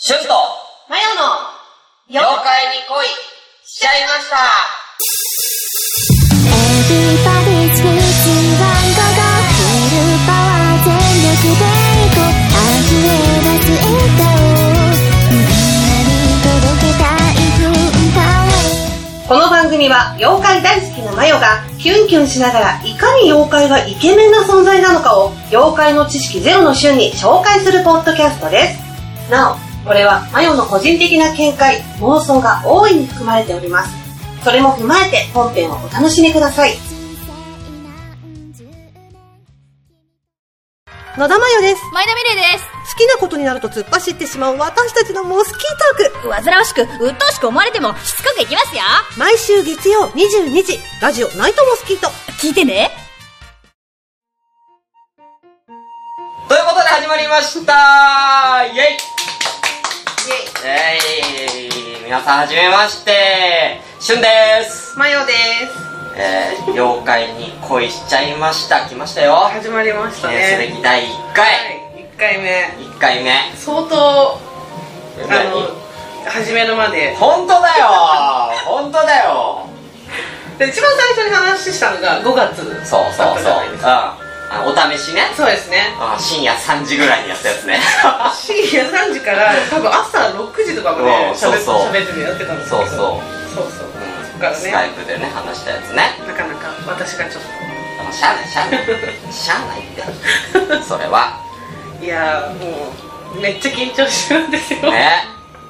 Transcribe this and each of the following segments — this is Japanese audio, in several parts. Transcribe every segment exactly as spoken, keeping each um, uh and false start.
シュンとマヨの妖怪に恋しちゃいました。 Everybody's with you ワンゴゴフルパワー全力でいこう溢れ出す笑顔みんなに届けたい文化。 この番組は妖怪大好きなマヨがキュンキュンしながらいかに妖怪がイケメンな存在なのかを妖怪の知識ゼロの瞬に紹介するポッドキャストです。なおこれはマヨの個人的な見解、妄想が大いに含まれております。それも踏まえて本編をお楽しみください。野田マヨです。 前田美玲です。 好きなことになると突っ走ってしまう私たちのモスキートーク。 煩わしく、鬱陶しく思われてもしつこくいきますよ。 毎週月曜にじゅうにじ、ラジオナイトモスキート。 聞いてね。 ということで始まりましたイェイイイェイ皆さんはじめまして、シュンです。 マヨです。 えー、妖怪に恋しちゃいました。来ましたよ。 始まりました記念すべね。 きだいいっかい、 はい、いっかいめ。 いっかいめ相当あの始めるまで本当だよ本当だよで一番最初に話したのがごがつそうそうだそうったじゃないですか。 あのお試しね。 そうですね。 あ深夜さんじぐらいにやったやつね深夜さんじから多分朝ろくじとかまでうんそう喋ってそう喋ってるやってたんですけど、 そうそう、 そうそう、 うん、 そっからねスカイプでね話したやつね。 なかなか私がちょっあのしゃあないしゃあないしゃあないってそれはといやーもうめっちゃ緊張してるんですよね。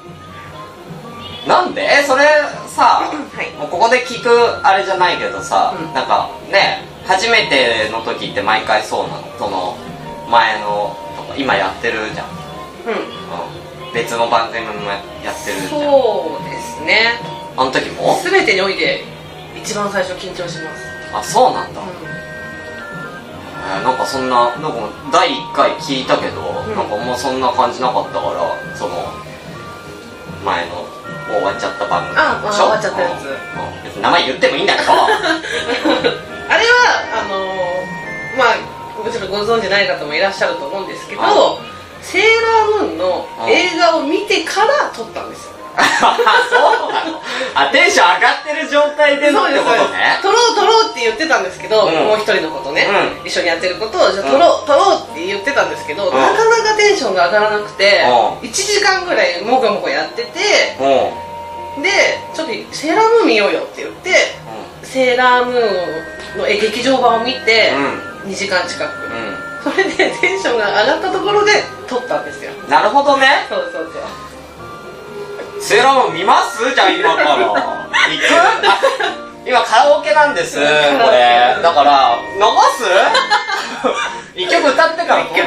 なんでえそれさ、 はい、 もうここで聞くあれじゃないけどさ、うん、なんかね初めての時って毎回そうなの。その前のとか今やってるじゃん、うんうん、別の番組もやってるじゃん。 そうですね。 あの時も全てにおいて一番最初緊張します。 あ、そうなんだ、うんえー、なんかそんな、なんかだいいっかい聞いたけど、うん、なんかもうそんな感じなかったから、その前の終わっちゃった番組でしょ。 ああ、終わっちゃったやつ、うんうん、別に名前言ってもいいんだけどあれはあのー、まあもちろんご存知ない方もいらっしゃると思うんですけど、セーラームーンの映画を見てから撮ったんですよ。 そうなの。あ、テンション上がってる状態でのってことね。 撮ろう撮ろうって言ってたんですけど、うん、もう一人のことね、うん、一緒にやってることをじゃあ撮ろう、うん、撮ろうって言ってたんですけど、うん、なかなかテンションが上がらなくて、うん、いちじかんぐらいもこもこやってて、うん、でちょっとセーラームーン見ようよって言って、うん、セーラームーンの劇場版を見て、うん、にじかん近く、うん、それでテンションが上がったところで撮ったんですよ。 なるほどね。 そうそうそう。 セーラームーン見ます？じゃあ今から行く？今カラオケなんですこれだから流す？一曲歌ってから撮る？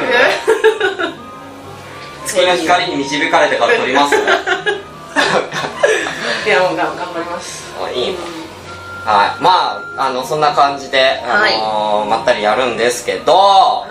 月の光に導かれてから撮ります？いやもう頑張ります。 あ、いいの、うん、はい、まあ、あのそんな感じで、あのーはい、まったりやるんですけど、はい、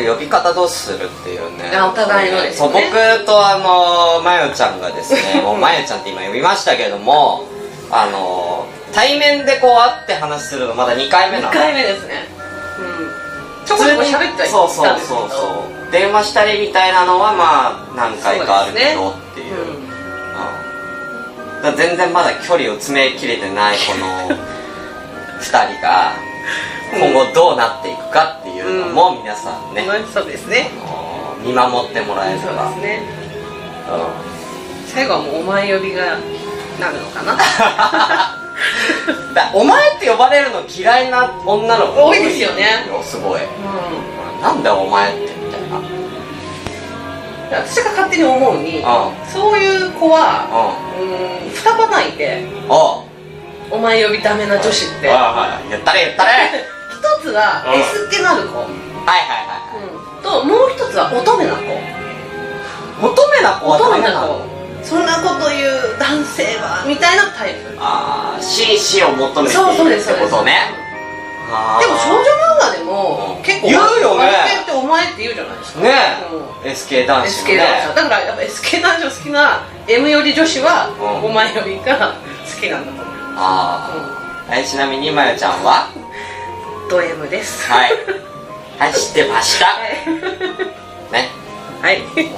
呼び方どうするっていうね。 お互いのですね。 そう、僕とあのまよちゃんがですねもうまよちゃんって今呼びましたけども、あの対面でこう会って話するのまだにかいめなの。 にかいめですね。うん。ちょこちょこ喋ったりそうそうそうそう。電話したりみたいなのはまあ何回かあるけどっていう。う、ね、うんうん、だ全然まだ距離を詰めきれてないこのふたりが今後どうなっていくかっていうのも皆さんね、 うん、そうですね、 あの見守ってもらえれば。 そうですね、うん、最後はもうお前呼びがなるのかなだお前って呼ばれるの嫌いな女の子多いですよね。 すごい、うん、なんだよお前ってみたいな。 私が勝手に思うに、うん、そういう子は、うん、うん二パターンいて、お, お前呼びダメな女子って、 ああ、言ったれ言ったれ一つは S 気なる子、うん、 はいはいはい、 うん、ともう一つは乙女な子。 乙女な子はダメなの？ そんなこと言う男性はみたいなタイプ。ああ、紳士を求めているってことね。 でも少女漫画でも、うん、結構言うよね。 ってお前って言うじゃないですかね、 うん、エスケー 男子もね。 エスケー 男子だからやっぱ エスケー 男子を好きな M より女子は、うん、お前よりが好きなんだと思います。 あ、うん、はい、ちなみにまよちゃんはド M です。 はいはい、知ってましたね。 はい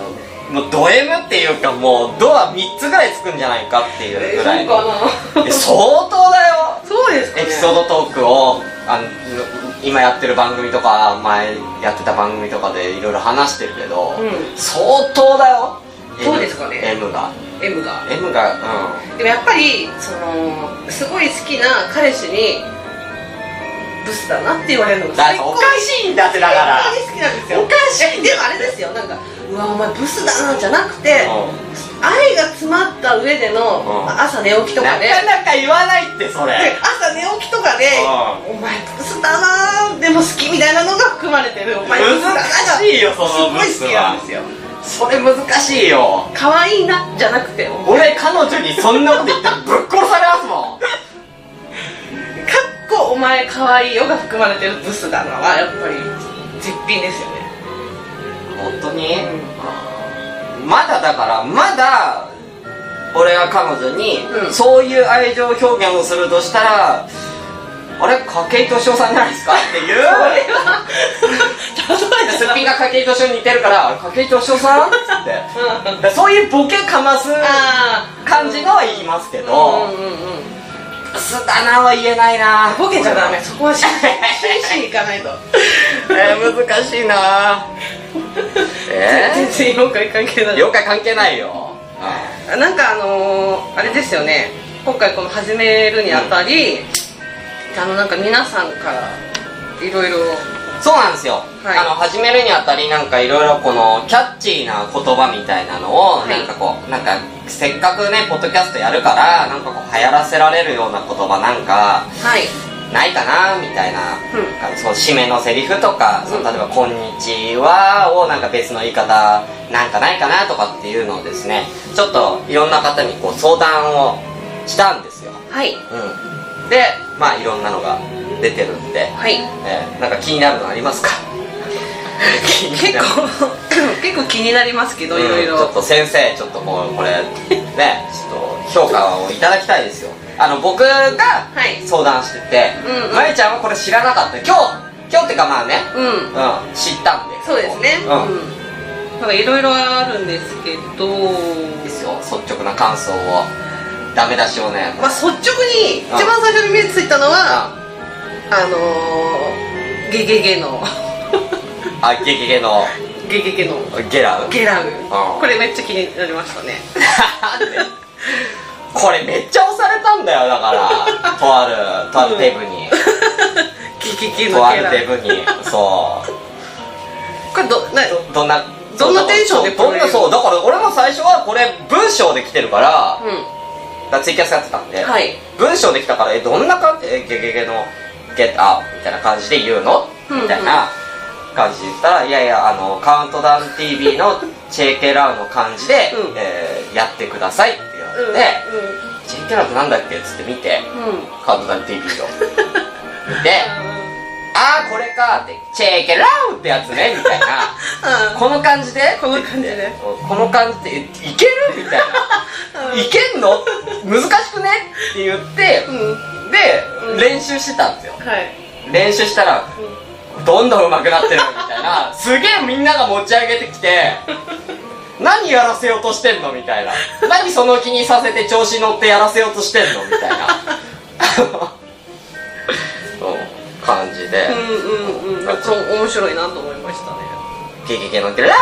もうド M っていうかもうドアみっつぐらいつくんじゃないかっていうぐらいの、 えー、 相当だよ。 そうですかね。 エピソードトークをあの今やってる番組とか前やってた番組とかでいろいろ話してるけど、うん、相当だよ。 そうですかね。 M が M が M がうん。 でもやっぱりそのすごい好きな彼氏にブスだなって言われるのが最高。おかしいんだってだから最高に好きなんですよ。 おかしい。 でもあれですよ、なんかうわお前ブスだなじゃなくて、うん、愛が詰まった上での、うん、朝寝起きとかでなかなか言わないってそれ。 朝寝起きとかで、うん、お前ブスだなでも好きみたいなのが含まれてる。お前ブスだな。 難しいよそのブスは。すごい好きなんですよ。それ難しいよ。 可愛いなじゃなくて、 俺彼女にそんなこと言ったらぶっ殺されますもん。 かっこお前可愛いよが含まれてるブスだなはやっぱり絶品ですよね。 本当に、うん、まだだからまだ俺が彼女に、うん、そういう愛情表現をするとしたら、あれ筧利夫さんじゃないですかっていうすっぴんが筧利夫に似てるから筧利夫さんっつってそういうボケかます感じのは言いますけど、ブスだなは言えないな。 ボケちゃダメ、そこはしんしいかないとえー、難しいな。 えー、全然妖怪関係ない。 妖怪関係ないよ。 あなんかあのー、あれですよね、今回この始めるにあたり、うん、あのなんか皆さんからいろいろ。 そうなんですよ、はい、あの始めるにあたりなんかいろいろこのキャッチーな言葉みたいなのを、はい、なんかこうなんかせっかくねポッドキャストやるからなんかこう流行らせられるような言葉なんか、はい、ないかなみたいな、うん、その締めのセリフとか、その例えば「こんにちは」をなんか別の言い方なんかないかなとかっていうのをですね、ちょっといろんな方にこう相談をしたんですよ。 はい、 うん、でまあいろんなのが出てるんで、はい、えー、なんか気になるのありますか？ 結構結構気になりますけど、いろいろちょっと先生ちょっともうこれねちょっと評価をいただきたいですよ。あの僕が相談してて、はい、まゆちゃんはこれ知らなかった。今日今日ってかまあね、うん、うん、知ったんで。 そうですね、うん、なんかいろいろあるんですけどですよ、率直な感想をダメ出しをね、 まあ率直に一番最初に目ついたのは、うん、あのー、ゲゲゲのあ、ゲゲゲのゲゲゲのゲラウゲラウ、うん、これめっちゃ気になりましたねこれめっちゃ押されたんだよ、だからとあるとあるデブに、うん、 ゲゲゲのゲラウ、 とあるデブに、そうこれどなど, どんなどんなテンションでどんな、そうだから俺も最初はこれ文章で来てるから、うん、だツイキャスやってたんで、はい、文章で来たからえどんな感じ、えゲゲゲのゲットアウみたいな感じで言うの、うんうん、みたいな感じで言ったら、いやいやあのカウントダウン ティーブイ のチェーケラウの感じで、うん、えー、やってくださいって言われて、うんうん、チェーケラウってなんだっけっつって見て、うん、カウントダウン ティーブイ を見てあーこれかって、チェーケラウってやつねみたいな、うん、この感じでこの感じでこの感じでいけるみたいな、うん、いけんの難しくねって言って、うん、で、うん、練習してたんですよ、はい、練習したら、うん、どんどん上手くなってるみたいなすげえみんなが持ち上げてきて何やらせようとしてんのみたいな、何その気にさせて調子乗ってやらせようとしてんのみたいな感じで、 うんうんうん、なんか面白いなと思いましたね。 ゲゲゲのゲラー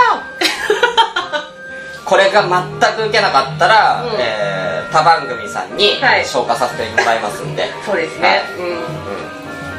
これが全く受けなかったら、うん、えー、他番組さんに消化させてもらいますんで、はい、 そうですね、はい、うんうん、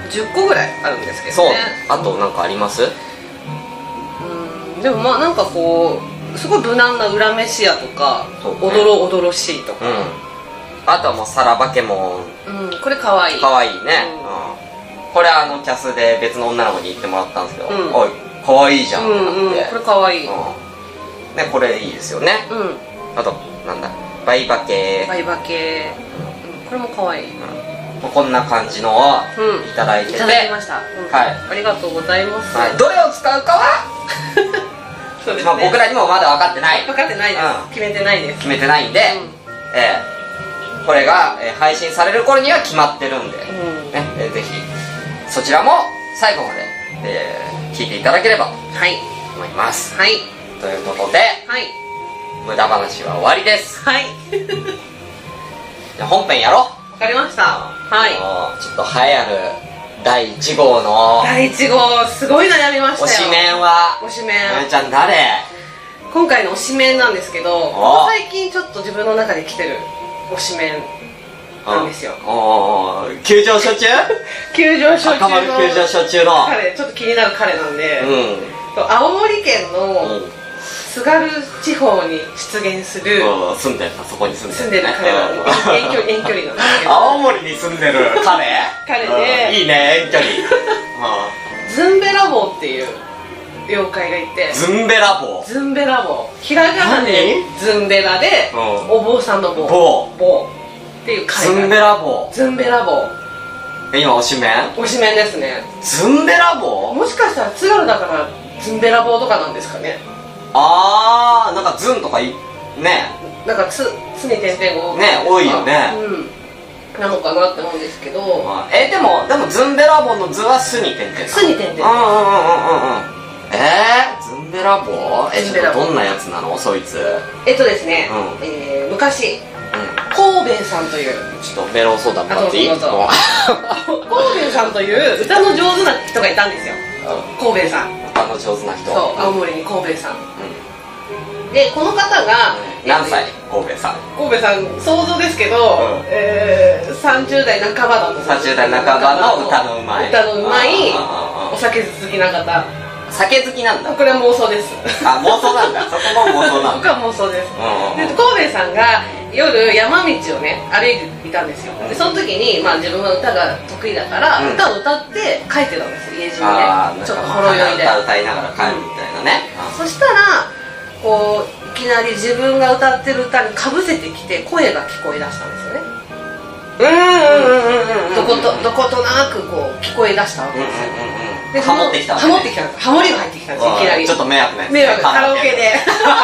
じゅっこぐらいあるんですけどね。 そう、あとなんかあります？ うん、でもまあなんかこうすごい無難な裏飯屋とか、ね、おどろおどろしいとか、うん、 あとはもうさらばけもん、うん、これかわいいかわいいね、うんうん、これあのキャスで別の女の子に言ってもらったんですけど、うん、おいかわいいじゃんってなって、うんうん、 これかわいい、うん、 ね、これいいですよね、うん、あとなんだバイバケバイバケ、うん、これもかわいい、 うん、こんな感じのをいただいてて、うん、いただきました、うん、はい、ありがとうございます、 はい、どれを使うかはそうですね、まあ、僕らにもまだ分かってない分かってないです、うん、決めてないです決めてないんで、うん、えー、これが、えー、配信される頃には決まってるんで、うん、ね、えー、ぜひそちらも最後まで、えー、聞いていただければと思います、はい、ということで、はい、 無駄話は終わりです。 はい。 じゃあ本編やろう。 わかりました。はい。 ちょっと流行るだいいち号のだいいち号すごい悩みましたよ。 推しメンは推しメンまゆちゃん誰？ 今回の推しメンなんですけど、最近ちょっと自分の中で来てる推しメンなんですよ。 おー、急上昇中？ 急上昇中の赤丸急上昇中の彼、ちょっと気になる彼なんで、 うん、 青森県の津軽地方に出現する、 うん、住んでるそこに住んでる、 住んでる彼は遠距離遠距離なんですけど、 青森に住んでる彼彼で、 いいね遠距離ズンベラボーっていう妖怪がいて、 ズンベラボーズンベラボーひらがなでズンベラで、うん、お坊さんの坊ボーボーっていう彼がズンベラボーズンベラボー今推しメン推しメンですね。 ズンベラボーもしかしたら津軽だからズンベラボーとかなんですかね。 あー、なんかズンとかいねなんかつつに点々語ね多いよね、 うん、なのかなって思うんですけど、 えでもでもズンベラボーのズはスに点々 スに点々 うんうんうんうんうんえー、ズンベラボーえちょっとどんなやつなのそいつ。 えっとですね、うん、えー、昔神戸さんというちょっとメロンソーダもらっていい？ 神戸さんという歌の上手な人がいたんですよ。神戸さん歌の上手な人。 そう青森に神戸さん、うん、でこの方が何歳？神戸さん神戸さん想像ですけど、うん、えー、さんじゅう代半ばだと思う。 さんじゅう代半ばの歌のうまい歌のうまいお酒好きな方。 酒好きなんだ。 これは妄想です。 あ、妄想なんだ。そこも妄想なんだ。 僕は妄想です。で神戸さんが夜山道をね歩いていたんですよ。でその時にまあ自分は歌が得意だから、うん、歌を歌って帰ってたんですよ、家路にね。ちょっとほろ酔いで歌歌いながら帰るみたいなね、 うん、そしたらこういきなり自分が歌ってる歌にかぶせてきて声が聞こえ出したんですよね。うんうんうんうんうんどことどことなくこう聞こえ出したわけですよ。 でハモってきたんですハモってきたんです。ハモリが入ってきたんですいきなり。 ちょっと迷惑なやつ、 迷惑カラオケで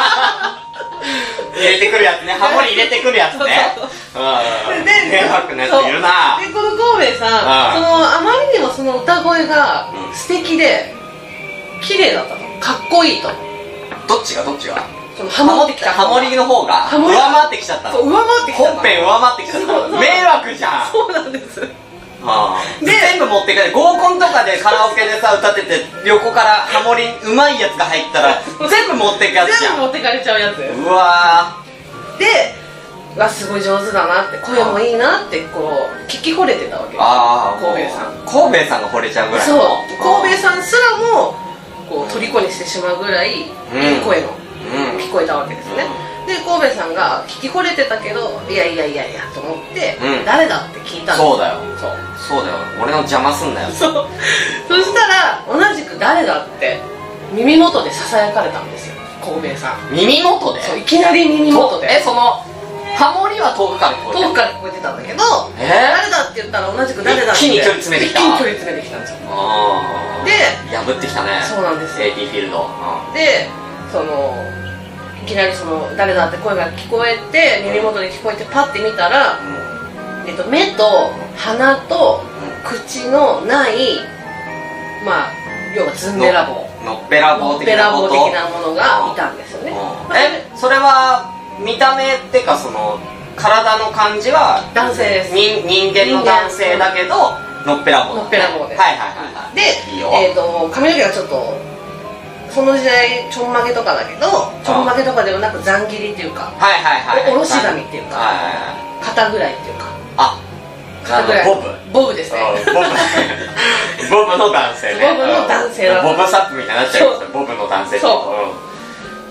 入れてくるやつね。ハモリ入れてくるやつね。で迷惑なやついるな。 でこの神戸さん、そのあまりにもその歌声が素敵で綺麗だったと、かっこいいと。 どっちがどっちがそのハモってきたハモリの方が上回ってきちゃったの。 上回ってきちゃった。 本編上回ってきちゃったの。迷惑じゃん。 そうなんです。 はあ、で全部持ってかれて合コンとかでカラオケでさ歌ってて横からハモリうまいやつが入ったら全部持ってかれちゃう。 全部持ってかれちゃうやつ。 うわーでわすごい上手だなって声もいいなってこう聞き惚れてたわけです。 あ神戸さん神戸さんが惚れちゃうぐらいの。そう神戸さんすらもこう虜にしてしまうぐらいいい声の、うん、聞こえたわけですね、うん、で神戸さんが聞き惚れてたけどいやいやいやいやと思って、うん、誰だって聞いたんです。 そうだよそうそうだよ俺の邪魔すんだよ。 そうそしたら同じく誰だって耳元でささやかれたんですよ神戸さん。 耳元で？ そういきなり耳元で。 えそのハモリは遠くから聞こえて遠くから聞こえてたんだけど、えー、誰だって言ったら同じく誰だって一気に距離詰めてきた。 一気に距離詰めてきたんですよ。 あで破ってきたね。 そうなんですよエーティー フィールド、 うん、でそのいきなりその誰だって声が聞こえて耳元で聞こえてパッて見たら、うんえっと、目と鼻と口のないまあ要はズンベラボーのっぺらぼう的なものがいたんですよね、 うん、えそれは見た目っていうかその体の感じは男性です。 人人間の男性だけどのっぺらぼう、 のっぺらぼうです。 はいはいはいはい。 でいいよ、 えー、と髪の毛がちょっとその時代ちょんまげとかだけどちょんまげとかではなくざん切りっていうか、 はいはいはい、 おろし髪っていうか、 はいはいはい、 肩ぐらいっていうか、 あ肩ぐらいボブボブですね。 ボブボブの男性ね。 ボブの男性だ。 ボブサップみたいになっちゃうんですよボブの男性。 そう、うん、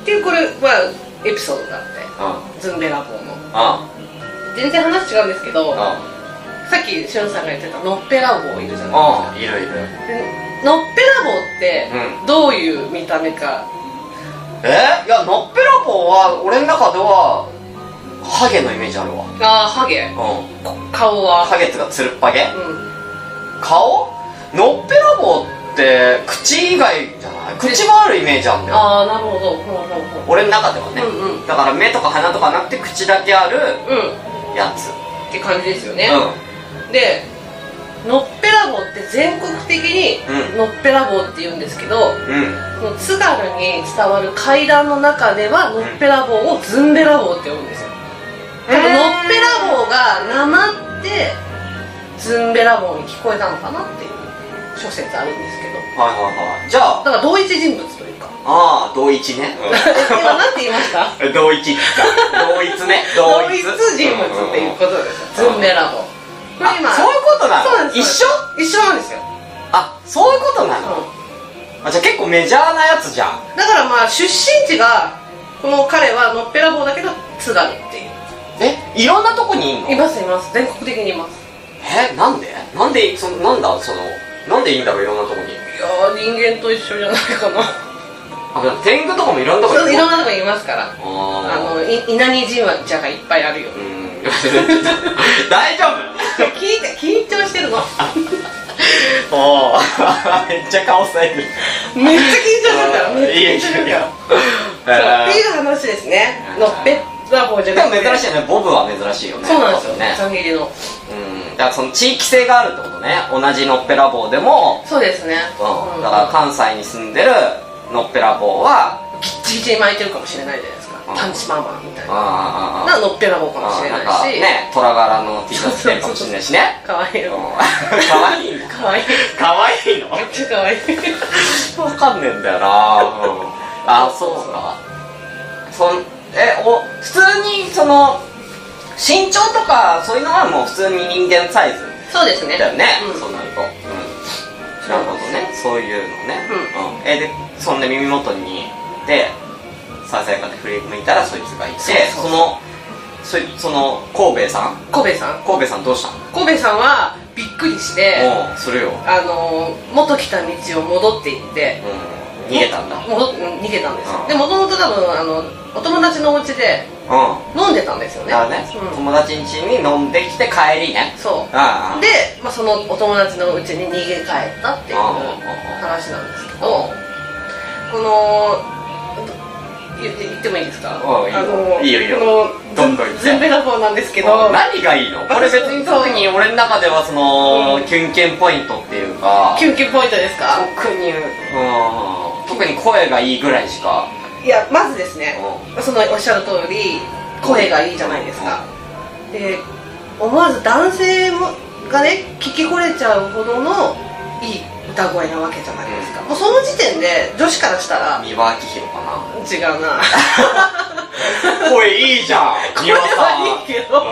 っていうこれはエピソードがあって、うん、ズンベラボーの、うん、全然話違うんですけど、うん、さっきしゅんさんが言ってたのっぺらぼういるじゃないですか。 うん、いるいる。 でのっぺらぼうってどういう見た目か、 うん、えいやのっぺらぼうは俺の中ではハゲのイメージあるわ。 ああハゲ、うん、顔はハゲっていうかつるっぱげ、 うん、 顔のっぺらぼうって口以外じゃない？口もあるイメージあるんだよ。 ああなるほど、 俺の中ではね、うんうん、だから目とか鼻とかなくて口だけあるやつ、 うん、って感じですよね、 うん、でのっぺらぼうって全国的にのっぺらぼうって言うんですけど、うん、津軽に伝わる怪談の中ではのっぺらぼうをずんべらぼうって呼ぶんですよ。多分のっぺらぼうがなまってずんべらぼうに聞こえたのかなっていう諸説あるんですけど。 はいはいはい。じゃあだから同一人物というか。 ああ、同一ね。 今何て言いました同一か。同一ね。 同一人物っていうことですよ。ずんべらぼう。これ今そういうことなの？ そうなんです。 一緒？ 一緒なんですよ。 あ、そういうことなの？あ、じゃあ結構メジャーなやつじゃん。 だからまあ出身地がこの彼はのっぺらぼうだけど津軽っていう。 え、いろんなとこにいんの？ いますいます。全国的にいます。 え、なんで？なんでそのなんだそのなんでいいんだろういろんなとこに。いやー人間と一緒じゃないかな。 あ、天狗とかもいろんなとこにいる。 いろんなとこにいますから。あの稲荷神社がいっぱいあるよ。 大丈夫？ 聞いて緊張してるの。 おーめっちゃ顔さえる。 めっちゃ緊張してるから。めっちゃ緊張してるから。っていう話ですね。のっぺらぼうじゃなくて。 でも珍しいよね。ボブは珍しいよね。 そうなんですよね。 ざん切りの。 うん。だからその地域性があるってことね。同じのっぺらぼうでも。 そうですね。 うん。だから関西に住んでるのっぺらぼうはきっちりちり巻いてるかもしれないじゃないですか。パンチパンマンみたいな。 あなのっぺらぼうかもしれないし。 ね、虎柄の T シャツ着てるかもしれないしね。 かわいいよ。 かわいいの？ かわいい。 かわいいの？ めっちゃかわいい。 わかんねえんだよな。あ、そうか。そんえお普通にその身長とかそういうのはもう普通に人間サイズそうですねだよね。 うん、 そうなると、うん、なるほどね。そういうのね。うんうん、えでそんで耳元にでささやかで振り向いたらそいつがいて、そのそいその神戸さん神戸さん神戸さんどうしたの？ 神戸さんはびっくりしておうするよ。 あの元来た道を戻っていって、 うん、逃げたんだ。 戻逃げたんですよ、 うん、 でもともと多分あのお友達のお家で飲んでたんですよね。 だからね、うん、友達ん家に飲んできて帰りね。 そうああで、まあ、そのお友達のうちに逃げ帰ったっていう話なんですけど、この言ってもいいですか？ あのいいよいいよ。どんどん言って。 ずんべらぼうなんですけど。 何がいいの？これ別に特に俺の中ではそのキュンキュンポイントっていうか。 キュンキュンポイントですか？ 特にうん特に声がいいぐらいしか。 いやまずですね、そのおっしゃる通り声がいいじゃないですか。で思わず男性もがね聞き惚れちゃうほどのいい歌声なわけじゃないですか、うん、もうその時点で女子からしたら三輪明宏かな。 違うな声いいじゃん声はいいけど、うん、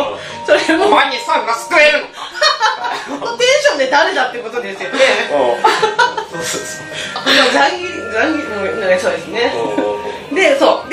それもお前にさんが救えるのかテンションで誰だってことですよねそうそうそうでも残切り残切りもうそうですねでそうで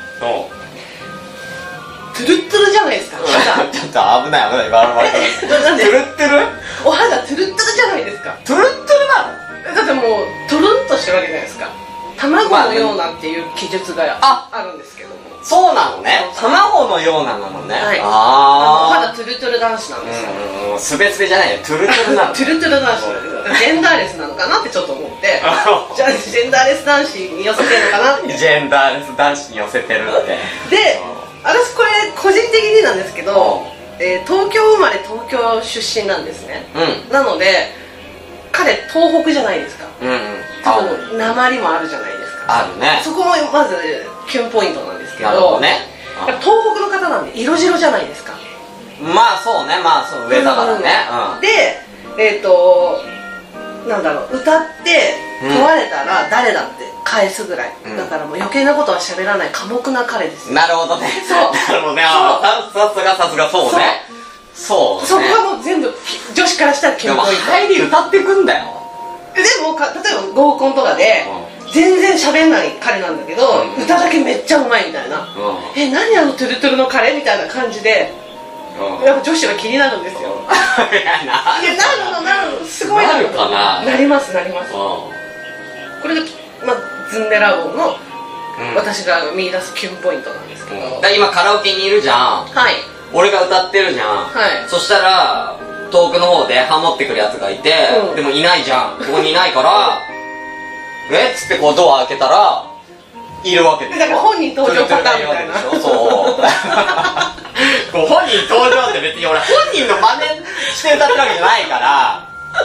トゥルットゥルじゃないですか。 ちょっと危ない危ない今の前トゥルットゥルお肌トゥルットゥルじゃないですか。 トゥルットゥルなの？ だってもうトゥルンとしてるわけじゃないですか。卵のようなっていう記述があるんですけども。 そうなのね。卵のようななのね。 はい。ああ。お肌トゥルトゥル男子なんですよ。 うん、すべすべじゃないよ。トゥルトゥルなの。 トゥルトゥル男子なんですよ。ジェンダーレスなのかなってちょっと思って。じゃあジェンダーレス男子に寄せてるのかなって。 ジェンダーレス男子に寄せてるって。 で、私これ個人的になんですけど、えー、東京生まれ東京出身なんですね。うん。なので彼東北じゃないですか。うんうん。多分訛りもあるじゃないですか。 あるね。 そこもまずキュンポイントなんですけど。 なるほどね。 東北の方なんで色白じゃないですか。 まあそうね、まあそう上だからね、 うん、でえっ、ー、となんだろう歌って問われたら誰だって返すぐらい、うん、だからもう余計なことは喋らない寡黙な彼ですよ。 なるほどね。 そうなるほどね。あさすがさすがそうね。そう、 そこがもう全部女子からしたらキュンポイント。 でも入り歌ってくんだよ。 でもか例えば合コンとかで、うん、全然喋んない彼なんだけど、うん、歌だけめっちゃうまいみたいな、うん、え何あのトゥルトゥルの彼みたいな感じで、うん、やっぱ女子は気になるんですよ。いやなるのなるのすごいなるかな。 なりますなります、うん、これが、まあ、ズンベラボーの、うん、私が見出すキュンポイントなんですけど、 うん、だ今カラオケにいるじゃん。はい。俺が歌ってるじゃん。はい。そしたら遠くの方でハモってくるやつがいて、うん、でもいないじゃん。ここにいないからえっつってこうドア開けたらいるわけでしょ。 だから本人登場パターンみたいな。 そうこう本人登場って別に俺本人の真似して歌ってるわけじゃないから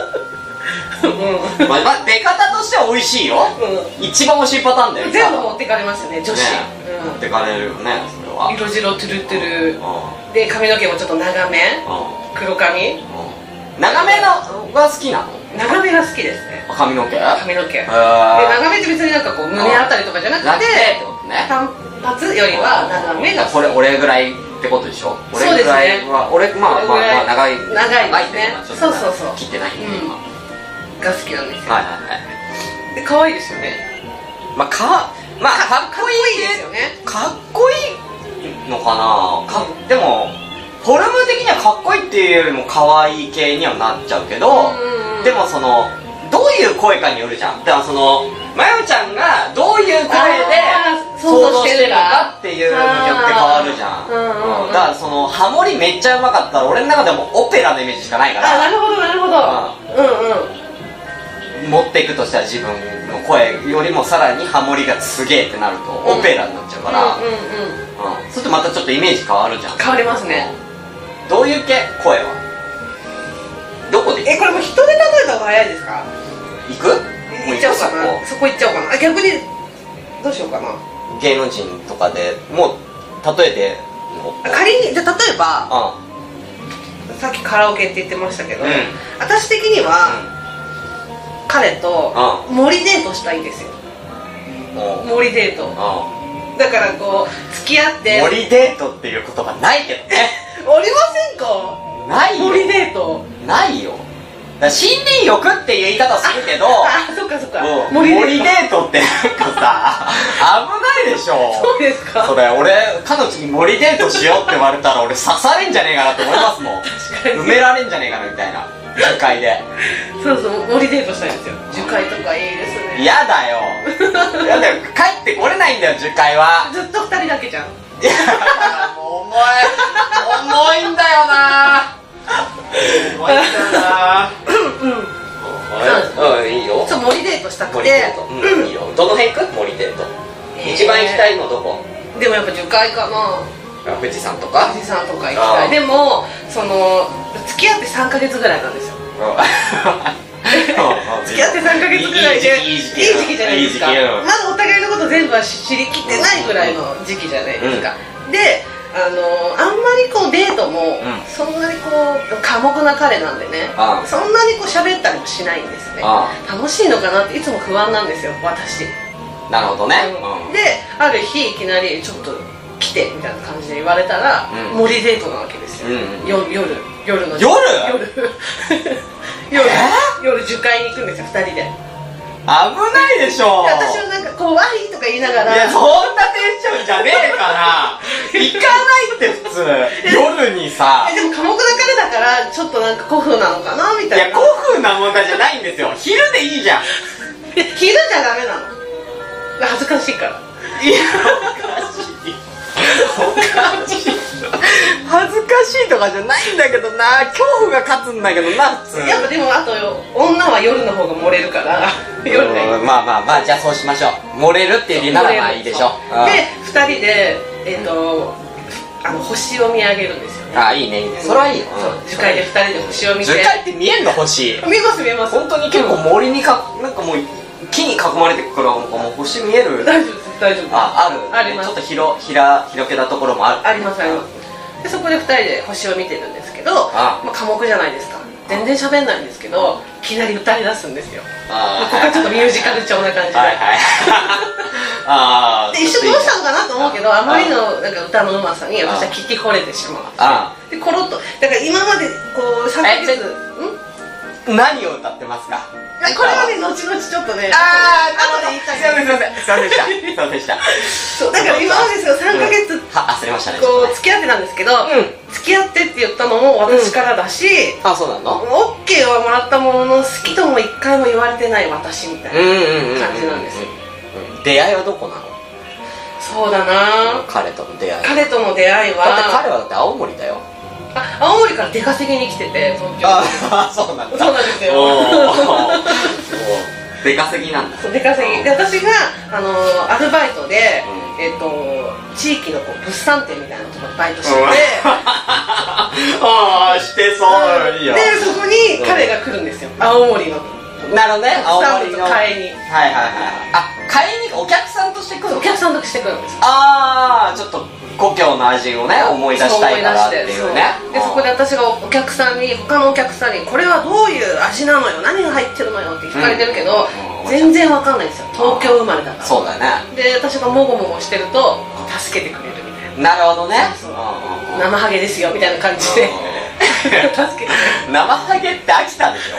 まあ、出方としては美味しいよ、うん、一番美味しいパターンだよ。 全部持ってかれますよね、女子、ね、 うん、持ってかれるよね、それは。 色白トゥルトゥル、うん、で髪の毛もちょっと長め、うん、黒髪、うん、 長めのが好きなの？ 長めが好きですね。 髪の毛？ 髪の毛で、長めって別になんかこう胸あたりとかじゃなくて、単発よりは長めが好き。 これ俺ぐらいってことでしょ？俺ぐらいは、俺まあまあまあ長い長いですね。そうそうそう、 切ってないんで今が好きなんですよ。 はいはいはい。 で可愛いですよね。 まあかまあかっこいいですよね。 かっこいいのかな。かでもフォルム的にはかっこいいっていうよりも可愛い系にはなっちゃうけど、でもそのどういう声かによるじゃん。だからそのまよちゃんがどういう声で想像してるのかっていうのによって変わるじゃん。うんうん、だからそのハモリめっちゃうまかったら俺の中でもオペラのイメージしかないから。 あ、なるほどなるほど。 うんうん。持っていくとしたら自分の声よりもさらにハモリがすげえってなるとオペラになっちゃうから。うんうんうん。うん。それとまたちょっとイメージ変わるじゃん。 変わりますね。 どういう系？声はどこで？ え、これも人で例えた方が早いですか？ 行く？ 行っちゃおうかな。そこ行っちゃおうかな。逆にどうしようかな。 芸能人とかでもう例えて仮にじゃあ例えば、うん、さっきカラオケって言ってましたけど、うん、私的には、うん、彼と森デートしたいんですよ。うん、森デート。うん、だからこう付き合って森デートっていう言葉ないけどね。 ありませんか？ ないよ。 森デートないよ。だ新年欲っていう言い方するけど、 ああ、そっかそっか、 森デートってなんかさ危ないでしょ。 そうですか。 それ俺彼女に森デートしようって言われたら俺刺されんじゃねえかなって思いますもん。埋められんじゃねえかなみたいな樹海で。 そうそう、森デートしたいんですよ。樹海とかいいですね。 嫌だよ。嫌だよ。帰ってこれないんだよ樹海は。 ずっと二人だけじゃん。 いやもう重い重いんだよな。重いんだよな。うん、いいよ。 そう、森デートしたくて。 うん、いいよ。どの辺行く？森デート。一番行きたいのどこ？ でもやっぱ樹海かな。 富士山とか？ 富士山とか行きたい。でもその付き合ってさんかげつぐらいなんですよ。付き合ってさんかげつぐらいでいい時期じゃないですか。まだお互いのこと全部は知りきってないぐらいの時期じゃないですか。で、あのあんまりこうデートもそんなにこう寡黙な彼なんでね、そんなにこう喋ったりもしないんですね。楽しいのかなっていつも不安なんですよ、私。 なるほどね。 で、ある日いきなりちょっと来てみたいな感じで言われたら、うん、森デートなわけですよ。うん、よ夜夜の夜夜夜夜樹海に行くんですよ、ふたりで。 危ないでしょ。 私はなんか怖いとか言いながら、 いやそんなテンションじゃねえから行かないって普通夜にさ。 でも寡黙な彼だからちょっとなんか古風なのかなみたいな。 いや古風な問題じゃないんですよ。昼でいいじゃん。 昼じゃダメなの。恥ずかしいから。 いやおかしい恥ずかしいとかじゃないんだけどな、恐怖が勝つんだけどな普通。 やっぱでもあと女は夜の方が漏れるから夜がいい。 まあまあまあ、じゃあそうしましょう。漏れるっていう理由ならまあいいでしょう。 でふたりでえっとあの星を見上げるんですよね。 ああいいねいいね、それはいいよ。 樹海でふたりで星を見て。 樹海って見えんの？星見えます見えます。 本当に結構森にかなんかもう木に囲まれてくからもう星見える。 大丈夫です大丈夫です。 あ、ある。 あります。 ちょっと広広広げたところもある。 ありますあります。でそこでふたりで星を見てるんですけど、まあ寡黙じゃないですか。全然喋んないんですけど、いきなり歌い出すんですよ。あここはちょっとミュージカル調な感じで。はいはい。ああ。で一緒どうしたのかなと思うけど、あまりのなんか歌のうまさに私は聞き惚れてしまう。あでコロッとだから今までこうさんかげつん何を歌ってますか？ これはね、後々ちょっとね、 あー、後で言いたい。すいません、すいません、すいませんでした。すいませんでした。 そう、だから今までさんかげつ、 は、忘れましたね。 こう、付き合ってたんですけど、付き合ってって言ったのも私からだし、 あ、そうなの？ オッケーはもらったものの、好きとも一回も言われてない私みたいな感じなんです。 出会いはどこなの？ そうだな、 彼との出会い。 彼との出会いは、 だって彼はだって青森だよ。 あ、青森から出稼ぎに来てて、東京。 あ、そうなんだ。 そうなんですよ。 出稼ぎなんだ。 出稼ぎで、私があのアルバイトで、えっと地域のこう物産展みたいなところでバイトしてて、 ああしてそう。いいよ。 でそこに彼が来るんですよ。青森のなるほどね、青森のスタンドと買いに、 はいはいはい、あ、買いにお客さんとして来るの、 お客さんとして来るんです。 ああ、ちょっと故郷の味をね思い出したいからっていうね。 でそこで私がお客さんに、他のお客さんにこれはどういう味なのよ、何が入ってるのよって聞かれてるけど、うん、全然わかんないんですよ、東京生まれだから。 そうだね。で私がもごもごしてると助けてくれるみたいな。 なるほどね。 そうそう、生ハゲですよみたいな感じで助けて生ハゲって秋田でしょ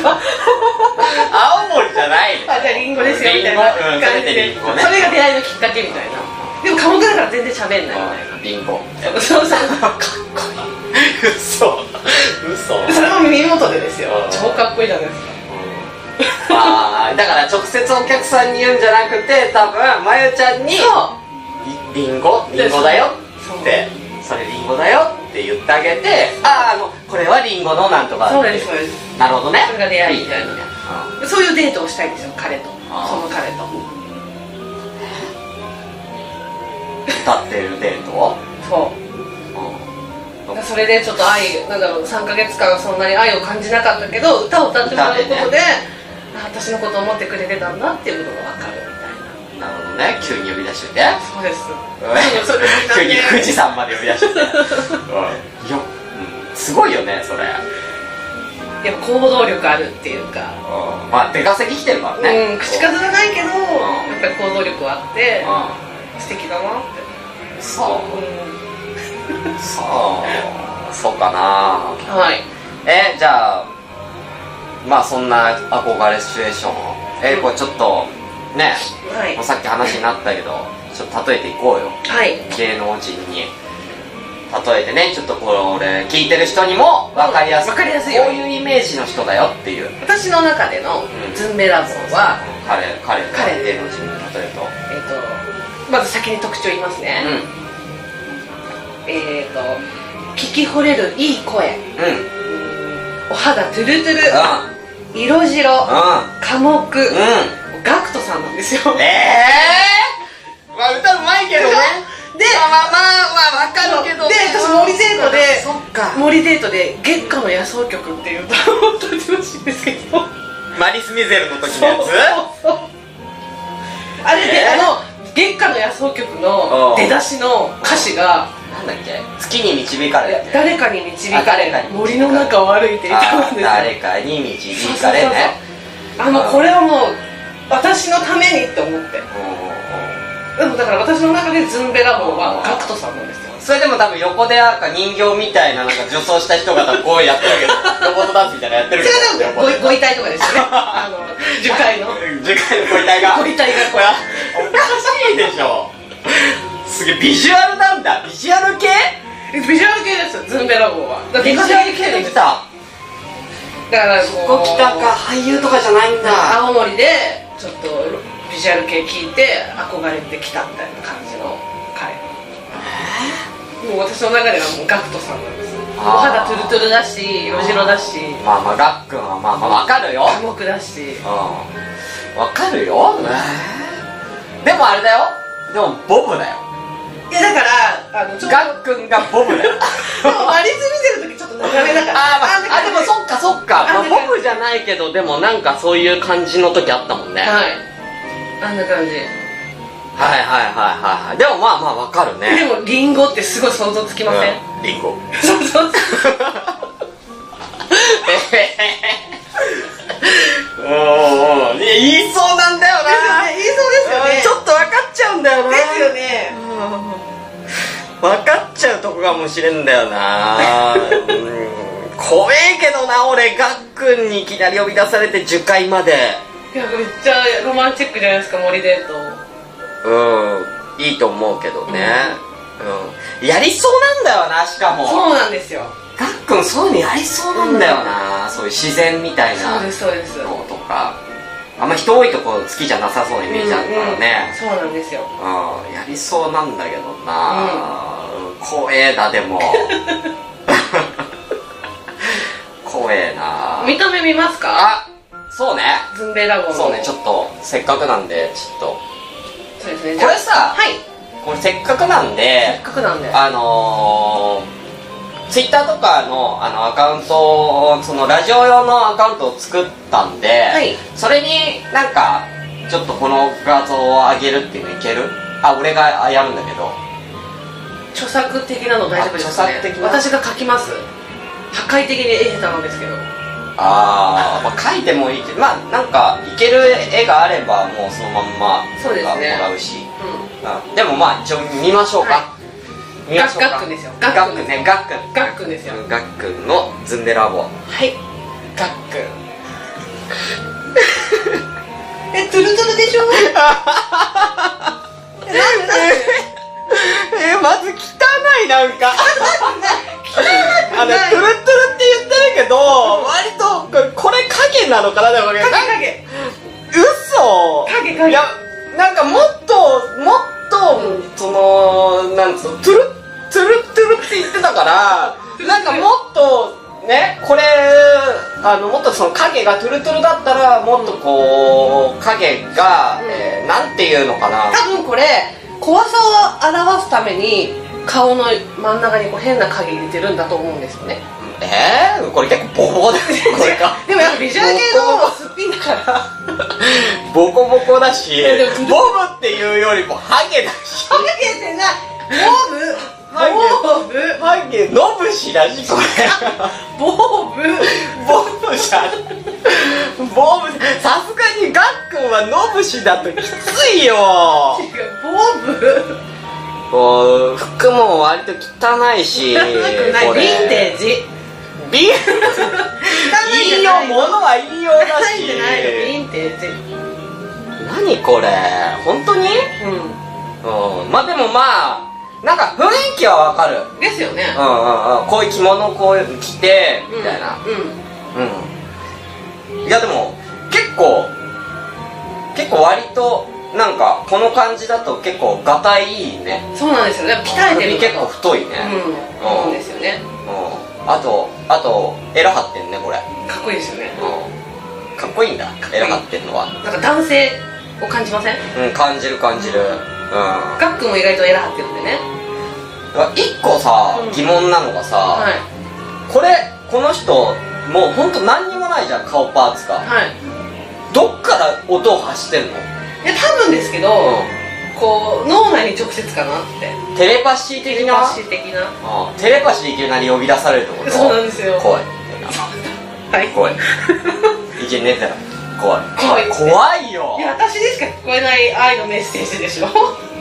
青森じゃないの。 あ、じゃあリンゴですよみたいな感じで、うん、それが出会いのきっかけみたいな。でも寡黙だから全然喋んないみたいな。 リンゴ。 そうそう。かっこいい。嘘。嘘。 それも耳元でですよ。超かっこいいじゃないですか。 ああ、だから直接お客さんに言うんじゃなくて、多分まゆちゃんにリンゴ、リンゴだよって、それリンゴだよって言ってあげて、ああ、あのこれはリンゴのなんとか。 そうですそうです。 なるほどね。 それが出会いみたいな。そういうデートをしたいんですよ、彼と。その彼と。 歌ってるデート。 そう、うん、それでちょっと愛、なんだろう、さんかげつかんそんなに愛を感じなかったけど、歌を歌ってもらうことで、ね、私のことを思ってくれてたんだっていうことが分かるみたいな。 なるほどね。急に呼び出してて。 そうです、 それ急に富士山まで呼び出してて、うん、いや、うん、すごいよねそれ。 やっぱ行動力あるっていうか、 うん、まあ出稼ぎ来てるからね、 うん、口数じゃないけど、うん、やっぱり行動力はあって、うん、素敵だなって。 そう、うん、そうそうかな。 はい。 え、じゃあまあそんな憧れシチュエーションをえ、これちょっとね、はい、さっき話になったけどちょっと例えていこうよ。 はい。 芸能人に例えてね、ちょっとこれ聞いてる人にも分かりやすく、 分かりやすいこういうイメージの人だよっていう。 私の中でのズンベラボンは、 うん、彼彼彼芸能人に例えると、 えっとまず先に特徴言いますね、うん、えっと聞き惚れるいい声、うん、お肌トゥルトゥル、うん、色白、うん、寡黙、うん、ガクトさんなんですよ。 ええー、まあ歌うまいけどね。 で、 まあまあまあ分かるけど、 で、私森デートで森デートで月下の野草曲っていう歌を歌ってほしいんですけど、 マリス・ミゼルの時のやつ。 そうそうそう、あれで、えー、あの月下の野草曲の出だしの歌詞がなんだっけ、月に導かれて誰かに導かれ森の中を歩いていたんですよ。 誰かに導かれね。 あのこれはもう私のためにって思って、でもだから私の中でズンベラボンはガクトさんなんですよ。 それでも多分横でなんか人形みたいななんか女装した人がこうやってるけどロボットダンスみたいなやってるけど、 それはご遺体とかですよね。あの樹海の樹海のご遺体がご遺体がこれおかしいでしょ。すげえビジュアルなんだ。ビジュアル系？ ビジュアル系ですよ、ズンベラボンは。 ビジュアル系できた。 だからここ来たか、俳優とかじゃないんだ。 青森でちょっとビジュアル系聞いて憧れてきたみたいな感じの彼。もう私の中ではもうガクトさんなんです。お肌トゥルトゥルだし、色白だし、 まあまあガックンはまあまあ分かるよ。 寡黙だし、 うん、分かるよ。でもあれだよ、でもボブだよ。 いやだからあのちょっとガックンがボブだよ。 でもマリス見てる時ちょっと長めだから。 あ、まあ、あでもそっかそっか、まあ、ボブじゃないけどでもなんかそういう感じの時あったもんね。 はい、あんな感じ。 はいはいはいはい。でもまあまあわかるね。 でもリンゴってすごい想像つきません？ うん、リンゴ。 そうそうそう。 おーおー、言いそうなんだよな。 言いそうですよね。 ちょっと分かっちゃうんだよな。 ですよね。 分かっちゃうとこかもしれんだよな。うん、怖えけどな、俺ガックンにいきなり呼び出されて樹海まで。 いやめっちゃロマンチックじゃないですか、森デート。 うん、いいと思うけどね、うん、うん、やりそうなんだよな。しかもそうなんですよ、 ガックンそういうのやりそうなんだよな、うん、そういう自然みたいなそうですそうですのとか、あんま人多いとこ好きじゃなさそうなイメージあるからね、 うんうん、そうなんですよ、 うん、やりそうなんだけどな、うん、怖えな。でも怖えな。 見た目見ますか？ あ、そうね、 ズンベラボン。 そうね、ちょっとせっかくなんでちょっとそうですね、 これさ、 はい、 これせっかくなんで、 せっかくなんであのー、 ツイッターとかのあのアカウントを、そのラジオ用のアカウントを作ったんで、はい、それになんかちょっとこの画像を上げるっていうのいける？あ、俺がやるんだけど。 著作的なの大丈夫ですかね？著作的な、私が描きます。破壊的に絵下手なんですけど。 あー、まあ、描いてもいいけど、まあなんかいける絵があればもうそのまんまそうですね、 もらうし、うん、でもまあ一応見ましょうか。はい、 ガックンですよ。 ガックンね、ガックン。 ガックンですよ。 ガックンのズンデラボ。 はい。ガックン。え、トゥルトゥルでしょ？え、なんでなんで？ え、まず汚い、なんか。あの、トゥルトゥルって言ってるけど、割と、これ影なのかな？でも影影。 嘘。 影影。 いや、なんかもっと、もっと、うん、その、なんつうの、トゥルトゥルトゥルって言ってたから、なんかもっと、ね、これ、あの、もっとその影がトゥルトゥルだったら、もっとこう、影が、うん、えー、なんていうのかな。 多分これ、怖さを表すために、顔の真ん中にこう変な影入れてるんだと思うんですよね。 えー、これ結構ボコボコだよこれか。 でもやっぱビジュアル系のすっぴんだからボコボコだし、ボブっていうよりもハゲだし。 ハゲてない、ボブボブハゲノブシだし、これボブボブじゃん。ボブ、さすがにガックンはノブシだときついよ。 違う、ボブ。 こう服も割と汚いし、 これヴィンテージ。 ビン言いよう、物は言いようだし。 ヴィンテージ。 何これ、本当に？うん。うん。まあでもまあなんか雰囲気はわかる。 ですよね。 うんうんうん。こういう着物こういう着てみたいな。うん。うん。いやでも結構結構割となんかこの感じだと結構ガタイいいね。 そうなんですよね。鍛えてる。 結構太いね。 うん。そうですよね。 うん。あとあとエラ張ってんねこれ。 かっこいいですよね。 うん。かっこいいんだ。エラ張ってんのは。 なんか男性を感じません？ うん、感じる感じる。うん。 ガックンも意外とエラ張ってるんでね。 一個さ、疑問なのがさ、これこの人もうほんと何にもないじゃん、顔パーツが。はい。どっから音を発してんの？ いや多分ですけど、こう脳内に直接かなって。 テレパシー的な？テレパシー的な。 ああ、テレパシーでいきなり呼び出されるってこと？ そうなんですよ。 怖いみたいな。はい。怖い。いけねえたら怖い。 怖い。 怖いよ。 いや私でしか聞こえない愛のメッセージでしょ。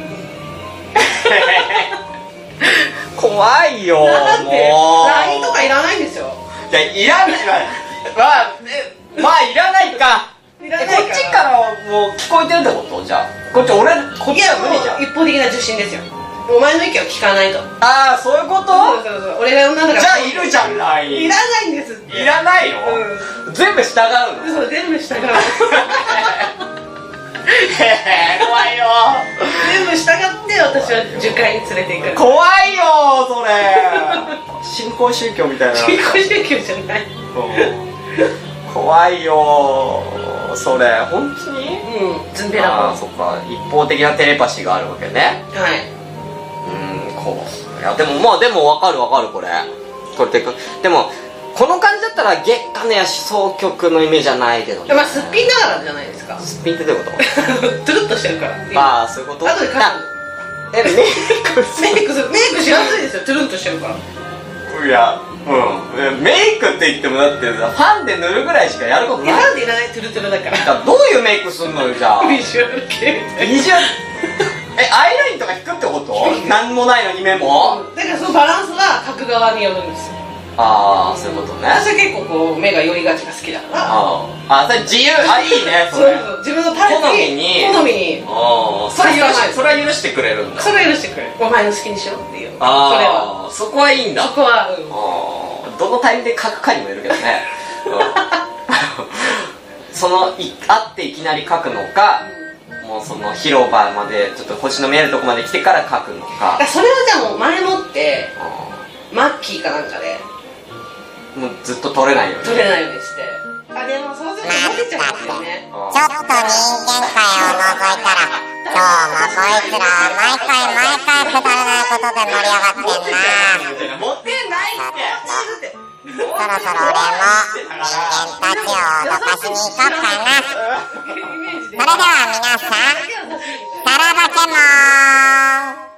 怖いよ。もうライン とかいらないんですよ。 いや、いらんしはまあえまあいらないか。いらないか。こっちからもう聞こえてるってこと？じゃあこっち俺こっちは無理じゃん。 一方的な受信ですよ。お前の意見を聞かないと。 ああ、そういうこと？ そうそうそう。俺が呼んだんだから。 じゃあいるじゃん、ライン。 いらないんですって。 いらないの？うん、全部従うの？ そう、全部従う。 怖いよ。 全部従って私は樹海に連れて行く。 怖いよそれ。新興宗教みたいな。 新興宗教じゃない。 怖いよそれ、本当に？ うん、ズンベラボン。 ああ、そっか、一方的なテレパシーがあるわけね。 はい。 うん、こう、いやでもまあでも分かる分かるこれ。これてかでもこの感じだったら月下のや思想曲のイメージじゃないけどね。 まあすっぴんながらじゃないですか。 すっぴんってどういうこと？ トゥルッとしてるから。 ああ、そういうこと？ 後で書く。 え、メイクすメイクするメイクしやすいですよ、トゥルンとしてるから。 いや、うん、メイクって言ってもだってさ、ファンで塗るぐらいしかやることない。 ファンでいらない、トゥルトゥルだから。 どういうメイクすんのよ、じゃあ。 ビジュアル系みたいな。 ビジュアルえ、アイラインとか引くってこと？なんもないのに目も？ だからそのバランスは描く側によるんですよ。 ああ、そういうことね。 私は結構こう目が寄りがちが好きだから。 ああ、それ自由、あ、いいね、それ。 そうそう、自分のタイプに好みに好みに。 ああ、それ許し、それは許してくれるんだ。 それは許してくれる。お前の好きにしろっていう。 ああ、そこはいいんだ。 そこは、うん。 ああ、どのタイミングで書くかにもよるけどね。そのい会っていきなり書くのか、もうその広場までちょっと星の見えるとこまで来てから書くのか。 それはじゃあもう前もってマッキーかなんかでもうずっと取れないように取れないようにして。あ、でもそうするとモテちゃいますよね。 ちょっと人間界を覗いたら今日もこいつら毎回毎回くだらないことで盛り上がってんな。 モテないってそろそろ俺も人間たちを脅かしに行こうかな。それでは皆さん、さらばけもーん。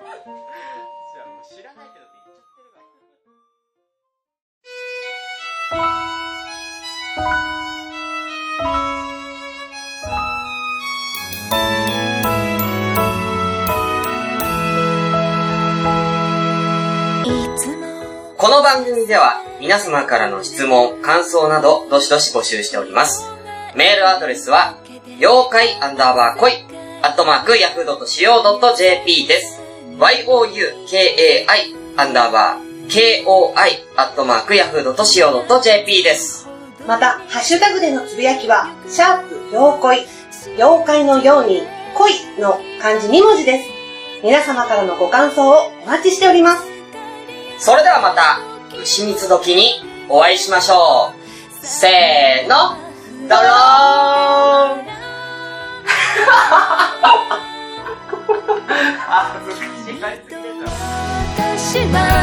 この番組では皆様からの質問、感想などどしどし募集しております。メールアドレスは妖怪アンダーバー恋アットマークヤフードットシーオードットジェーピー です。ヨーカイ アンダーバー ケーオーアイ アットマークヤフードットシーオードットジェーピー です。 またハッシュタグでのつぶやきはシャープ妖怪、妖怪のように恋の漢字に文字です。皆様からのご感想をお待ちしております。 それではまた牛蜜時にお会いしましょう。せーの、ドローン。恥ずかしい。